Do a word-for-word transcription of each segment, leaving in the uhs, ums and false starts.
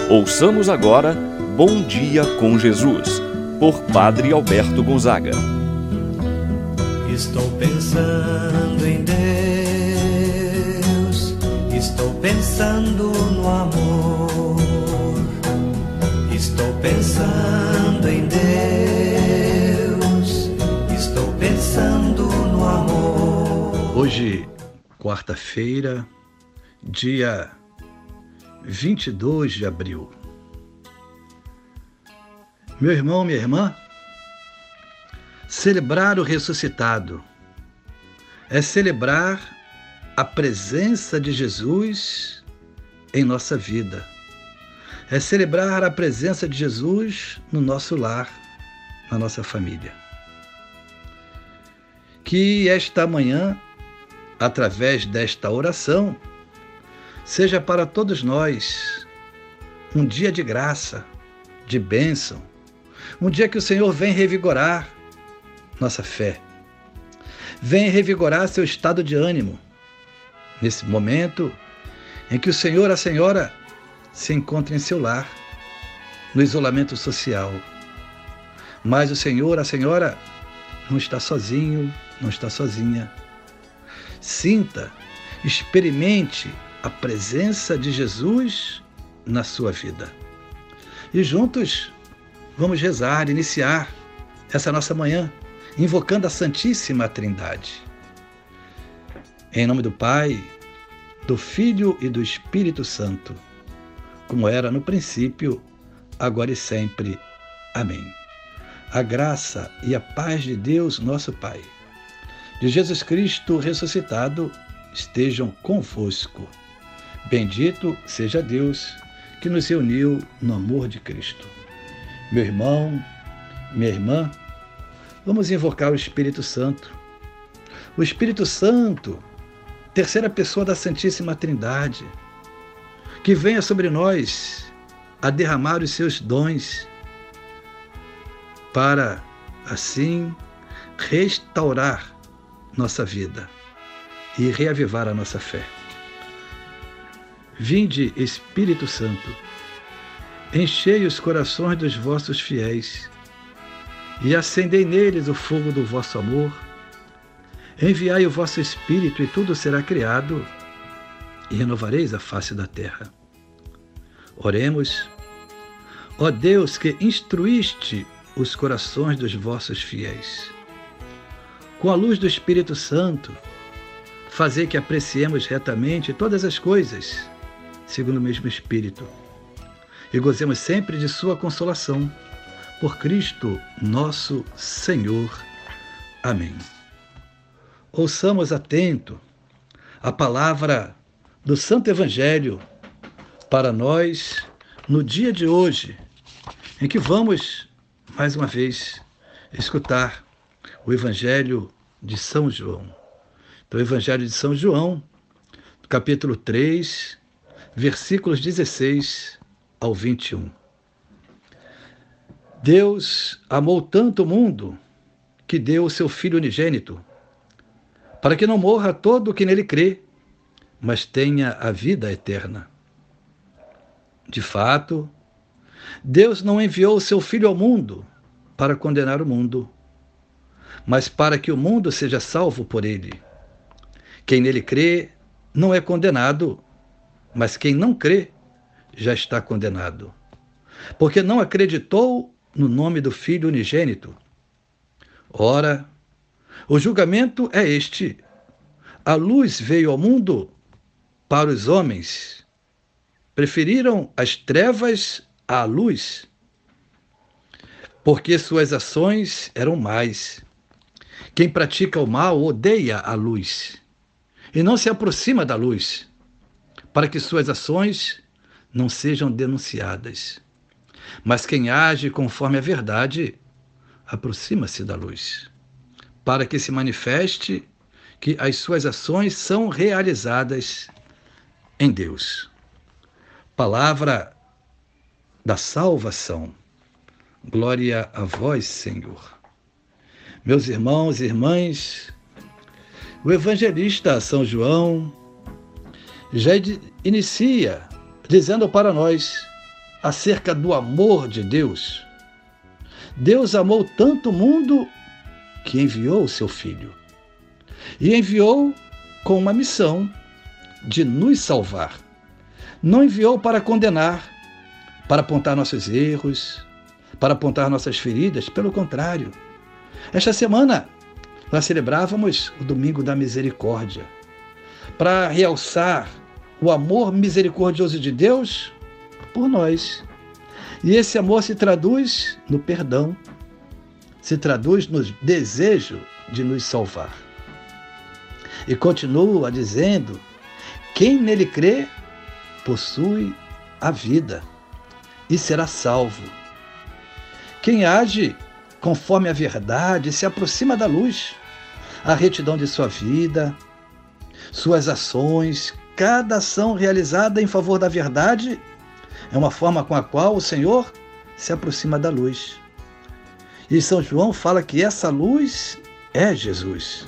Ouçamos agora Bom Dia com Jesus, por Padre Alberto Gonzaga. Estou pensando em Deus, estou pensando no amor, estou pensando em Deus, estou pensando no amor. Hoje, quarta-feira, dia vinte e dois de abril. Meu irmão, minha irmã, celebrar o ressuscitado é celebrar a presença de Jesus em nossa vida. É celebrar a presença de Jesus no nosso lar, na nossa família. Que esta manhã, através desta oração, seja para todos nós um dia de graça, de bênção, um dia que o Senhor vem revigorar nossa fé, vem revigorar seu estado de ânimo, nesse momento em que o Senhor, a Senhora, se encontra em seu lar, no isolamento social. Mas o Senhor, a Senhora, não está sozinho, não está sozinha. Sinta, experimente a presença de Jesus na sua vida. E juntos vamos rezar, iniciar essa nossa manhã, invocando a Santíssima Trindade. Em nome do Pai, do Filho e do Espírito Santo, como era no princípio, agora e sempre. Amém. A graça e a paz de Deus, nosso Pai, de Jesus Cristo ressuscitado, estejam convosco. Bendito seja Deus que nos reuniu no amor de Cristo. Meu irmão, minha irmã, vamos invocar o Espírito Santo. O Espírito Santo, terceira pessoa da Santíssima Trindade, que venha sobre nós a derramar os seus dons para, assim, restaurar nossa vida e reavivar a nossa fé. Vinde, Espírito Santo, enchei os corações dos vossos fiéis e acendei neles o fogo do vosso amor. Enviai o vosso Espírito e tudo será criado e renovareis a face da terra. Oremos. Ó Deus, que instruíste os corações dos vossos fiéis, com a luz do Espírito Santo, fazei que apreciemos retamente todas as coisas, segundo o mesmo Espírito, e gozemos sempre de sua consolação. Por Cristo nosso Senhor. Amém. Ouçamos atento a palavra do Santo Evangelho para nós no dia de hoje, em que vamos, mais uma vez, escutar o Evangelho de São João. Então, o Evangelho de São João, capítulo três, versículos dezesseis ao vinte e um. Deus amou tanto o mundo que deu o seu Filho unigênito, para que não morra todo o que nele crê, mas tenha a vida eterna. De fato, Deus não enviou o seu Filho ao mundo para condenar o mundo, mas para que o mundo seja salvo por ele. Quem nele crê não é condenado, mas quem não crê já está condenado, porque não acreditou no nome do Filho unigênito. Ora, o julgamento é este: a luz veio ao mundo para os homens, preferiram as trevas à luz, porque suas ações eram más. Quem pratica o mal odeia a luz e não se aproxima da luz, para que suas ações não sejam denunciadas. Mas quem age conforme a verdade, aproxima-se da luz, para que se manifeste que as suas ações são realizadas em Deus. Palavra da salvação. Glória a vós, Senhor. Meus irmãos e irmãs, o evangelista São João já inicia dizendo para nós acerca do amor de Deus. Deus amou tanto o mundo que enviou o seu Filho. E enviou com uma missão de nos salvar. Não enviou para condenar, para apontar nossos erros, para apontar nossas feridas. Pelo contrário, esta semana nós celebrávamos o Domingo da Misericórdia, para realçar o amor misericordioso de Deus por nós. E esse amor se traduz no perdão, se traduz no desejo de nos salvar. E continua dizendo: quem nele crê, possui a vida e será salvo. Quem age conforme a verdade se aproxima da luz. A retidão de sua vida, suas ações, cada ação realizada em favor da verdade é uma forma com a qual o Senhor se aproxima da luz. E São João fala que essa luz é Jesus.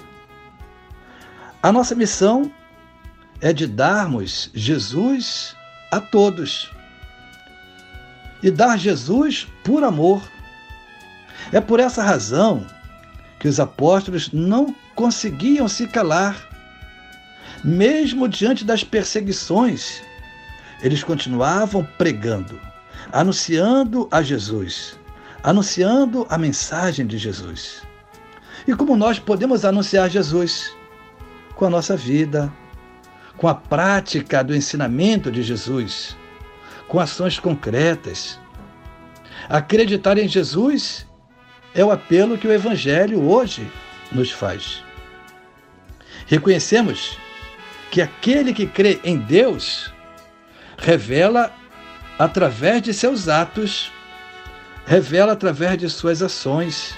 A nossa missão é de darmos Jesus a todos. E dar Jesus por amor. É por essa razão que os apóstolos não conseguiam se calar. Mesmo diante das perseguições, eles continuavam pregando, anunciando a Jesus, anunciando a mensagem de Jesus. E como nós podemos anunciar Jesus? Com a nossa vida, com a prática do ensinamento de Jesus, com ações concretas. Acreditar em Jesus é o apelo que o Evangelho hoje nos faz. Reconhecemos que aquele que crê em Deus revela através de seus atos, revela através de suas ações.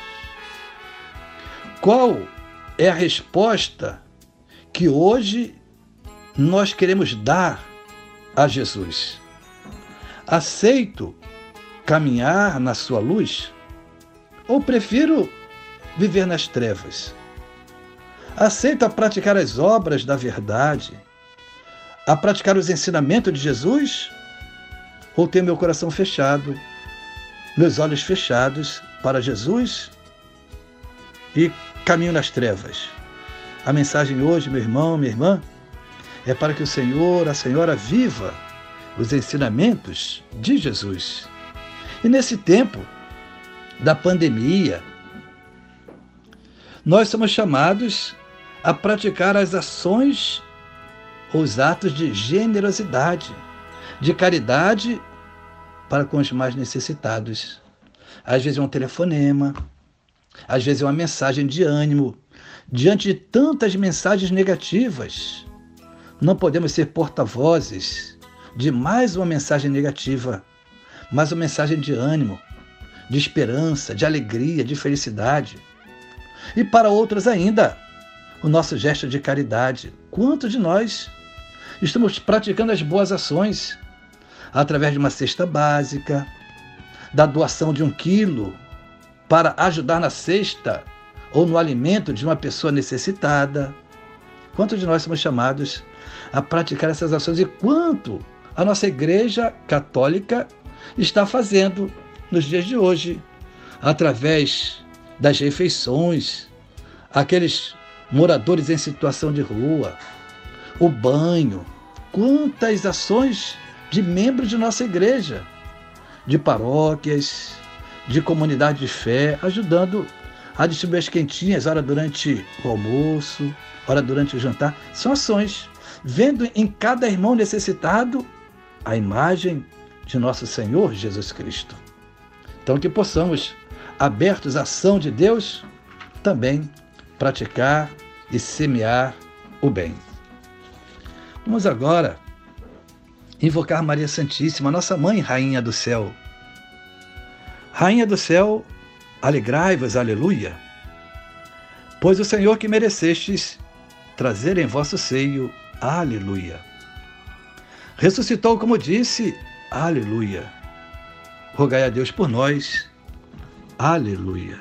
Qual é a resposta que hoje nós queremos dar a Jesus? Aceito caminhar na sua luz ou prefiro viver nas trevas? Aceito a praticar as obras da verdade, a praticar os ensinamentos de Jesus, ou tenho meu coração fechado, meus olhos fechados para Jesus e caminho nas trevas? A mensagem hoje, meu irmão, minha irmã, é para que o Senhor, a Senhora viva os ensinamentos de Jesus. E nesse tempo da pandemia, nós somos chamados a praticar as ações ou os atos de generosidade, de caridade para com os mais necessitados. Às vezes é um telefonema, às vezes é uma mensagem de ânimo. Diante de tantas mensagens negativas, não podemos ser porta-vozes de mais uma mensagem negativa, mas uma mensagem de ânimo, de esperança, de alegria, de felicidade. E para outros ainda, o nosso gesto de caridade. Quantos de nós estamos praticando as boas ações através de uma cesta básica, da doação de um quilo para ajudar na cesta ou no alimento de uma pessoa necessitada? Quantos de nós somos chamados a praticar essas ações e quanto a nossa Igreja Católica está fazendo nos dias de hoje, através das refeições, aqueles moradores em situação de rua, o banho, quantas ações de membros de nossa igreja, de paróquias, de comunidade de fé, ajudando a distribuir as quentinhas, ora durante o almoço, ora durante o jantar. São ações, vendo em cada irmão necessitado a imagem de nosso Senhor Jesus Cristo. Então que possamos, abertos à ação de Deus, também praticar e semear o bem. Vamos agora invocar Maria Santíssima, nossa Mãe, Rainha do Céu. Rainha do Céu, alegrai-vos, aleluia, pois o Senhor que merecestes trazer em vosso seio, aleluia. Ressuscitou, como disse, aleluia. Rogai a Deus por nós, aleluia.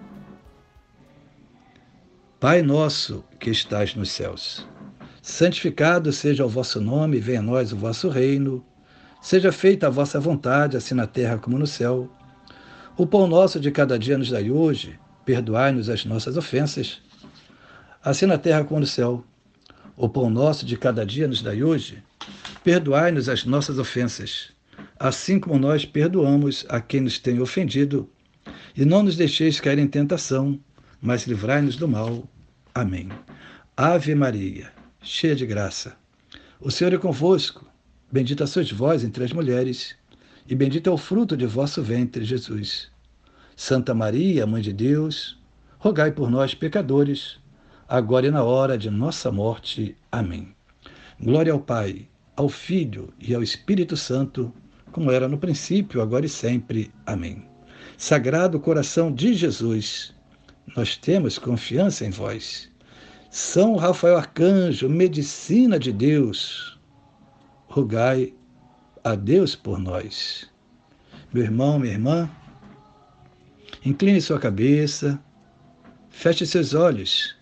Pai nosso que estás nos céus, santificado seja o vosso nome, venha a nós o vosso reino, Seja feita a vossa vontade, assim na terra como no céu. O pão nosso de cada dia nos dai hoje. Perdoai-nos as nossas ofensas, assim na terra como no céu. O pão nosso de cada dia nos dai hoje. Perdoai-nos as nossas ofensas, assim como nós perdoamos a quem nos tem ofendido. E não nos deixeis cair em tentação, mas livrai-nos do mal. Amém. Ave Maria, cheia de graça, o Senhor é convosco. Bendita sois vós entre as mulheres, e bendito é o fruto de vosso ventre, Jesus. Santa Maria, Mãe de Deus, rogai por nós, pecadores, agora e na hora de nossa morte. Amém. Glória ao Pai, ao Filho e ao Espírito Santo, como era no princípio, agora e sempre. Amém. Sagrado coração de Jesus, nós temos confiança em vós. São Rafael Arcanjo, medicina de Deus, rogai a Deus por nós. Meu irmão, minha irmã, incline sua cabeça, feche seus olhos.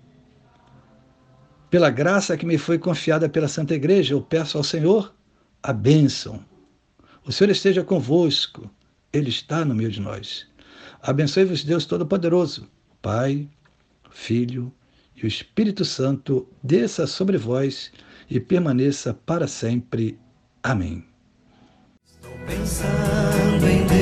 Pela graça que me foi confiada pela Santa Igreja, eu peço ao Senhor a bênção. O Senhor esteja convosco, Ele está no meio de nós. Abençoe-vos Deus Todo-Poderoso, Pai, Filho e o Espírito Santo, desça sobre vós e permaneça para sempre. Amém. Estou pensando em